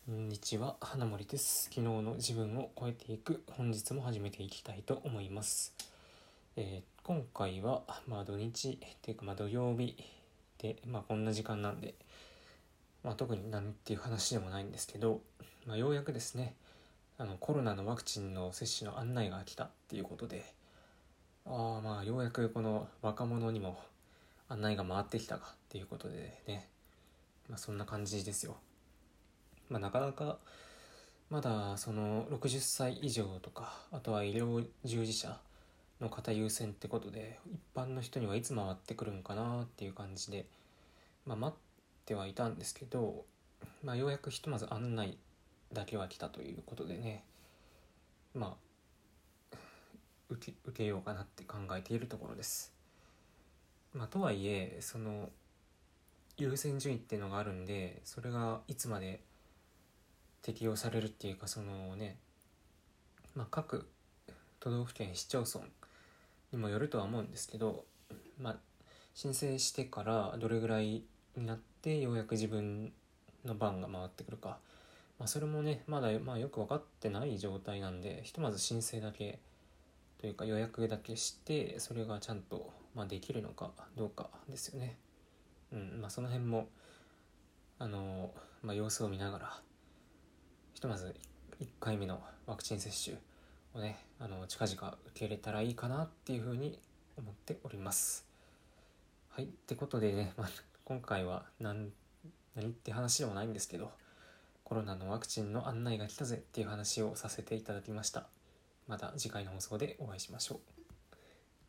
こんにちは、花森です。昨日の自分を超えていく本日も始めていきたいと思います。今回は、土日っていうか、土曜日で、こんな時間なんで、特になんていう話でもないんですけど、ようやくですね、コロナのワクチンの接種の案内が来たっていうことで、ようやくこの若者にも案内が回ってきたかっていうことでね、そんな感じですよ。なかなかまだその60歳以上とか、あとは医療従事者の方優先ってことで、一般の人にはいつ回ってくるんかなっていう感じで、待ってはいたんですけど、ようやくひとまず案内だけは来たということでね、まあ受けようかなって考えているところです。とはいえ、その優先順位っていうのがあるんで、それがいつまで適用されるっていうか、そのね、各都道府県市町村にもよるとは思うんですけど、申請してからどれぐらいになってようやく自分の番が回ってくるか、それもねまだよく分かってない状態なんで、ひとまず申請だけというか予約だけして、それがちゃんとできるのかどうかですよね。その辺も様子を見ながら、ひとまず1回目のワクチン接種をね近々受け入れたらいいかなっていうふうに思っております。はい、ってことでね、今回は何って話でもないんですけど、コロナのワクチンの案内が来たぜっていう話をさせていただきました。また次回の放送でお会いしましょう。